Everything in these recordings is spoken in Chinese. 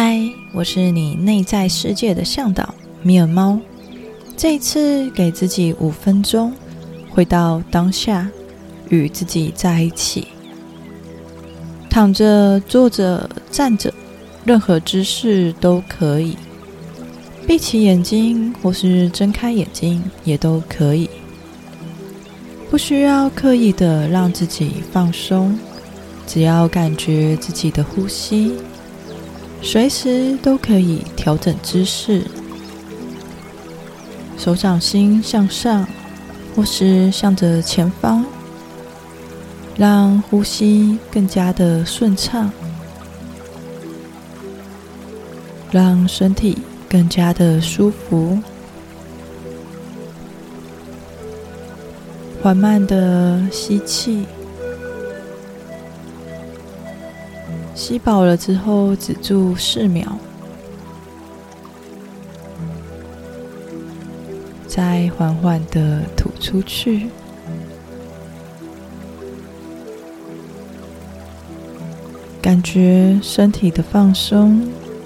嗨，我是你内在世界的向导米尔猫。这一次给自己5分钟，回到当下，与自己在一起。躺着、坐着、站着，任何姿势都可以。闭起眼睛或是睁开眼睛也都可以。不需要刻意的让自己放松，只要感觉自己的呼吸。随时都可以调整姿势，手掌心向上，或是向着前方，让呼吸更加的顺畅，让身体更加的舒服。缓慢的吸气，吸饱了之后止住4秒，再缓缓的吐出去。感觉身体的放松，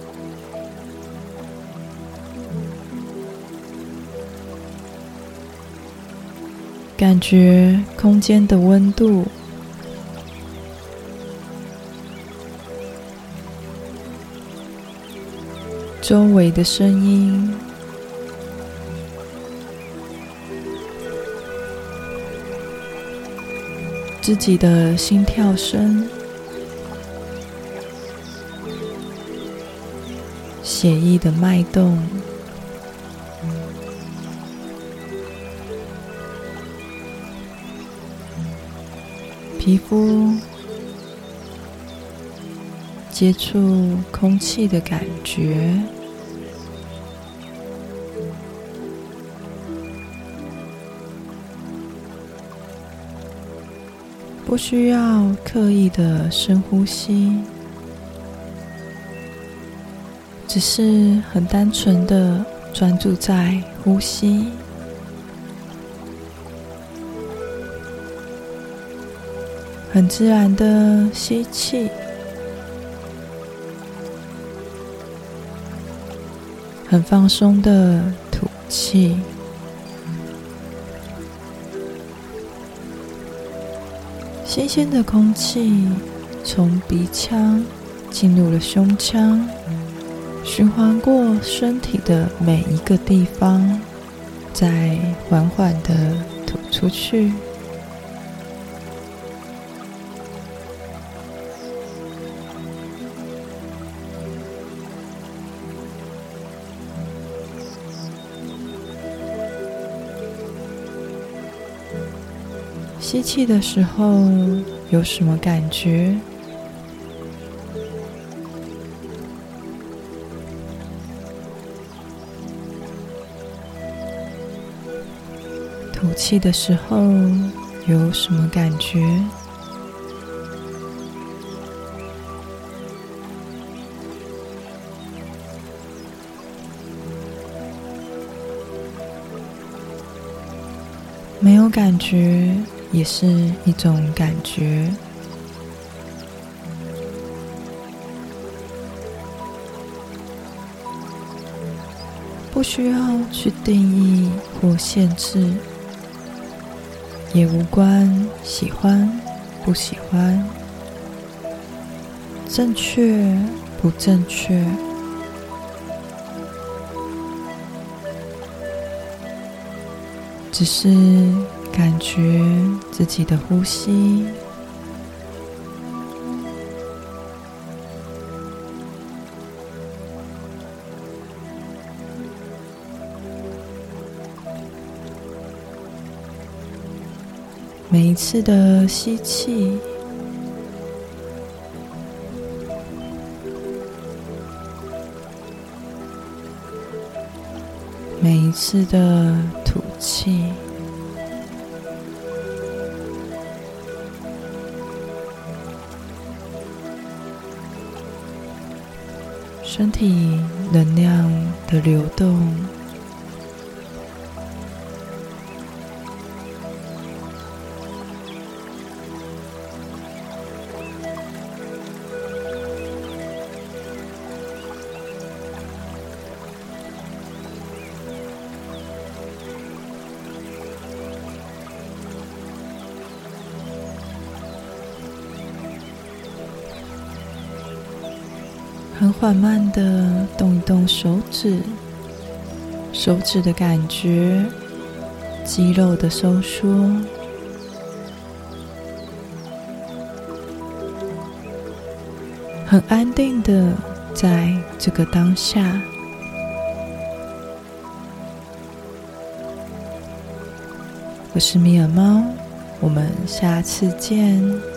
感觉空间的温度，周围的声音，自己的心跳声，血液的脉动，皮肤接触空气的感觉，不需要刻意的深呼吸，只是很单纯的专注在呼吸，很自然的吸气，很放松的吐气。新鲜的空气从鼻腔进入了胸腔，循环过身体的每一个地方，再缓缓的吐出去。吸气的时候有什么感觉？吐气的时候有什么感觉？没有感觉也是一种感觉。不需要去定义或限制，也无关喜欢不喜欢，正确不正确，只是感觉自己的呼吸，每一次的吸气，每一次的吐气，身体能量的流动， 很缓慢的动一动手指，手指的感觉，肌肉的收缩，很安定的在这个当下。我是米尔猫，我们下次见。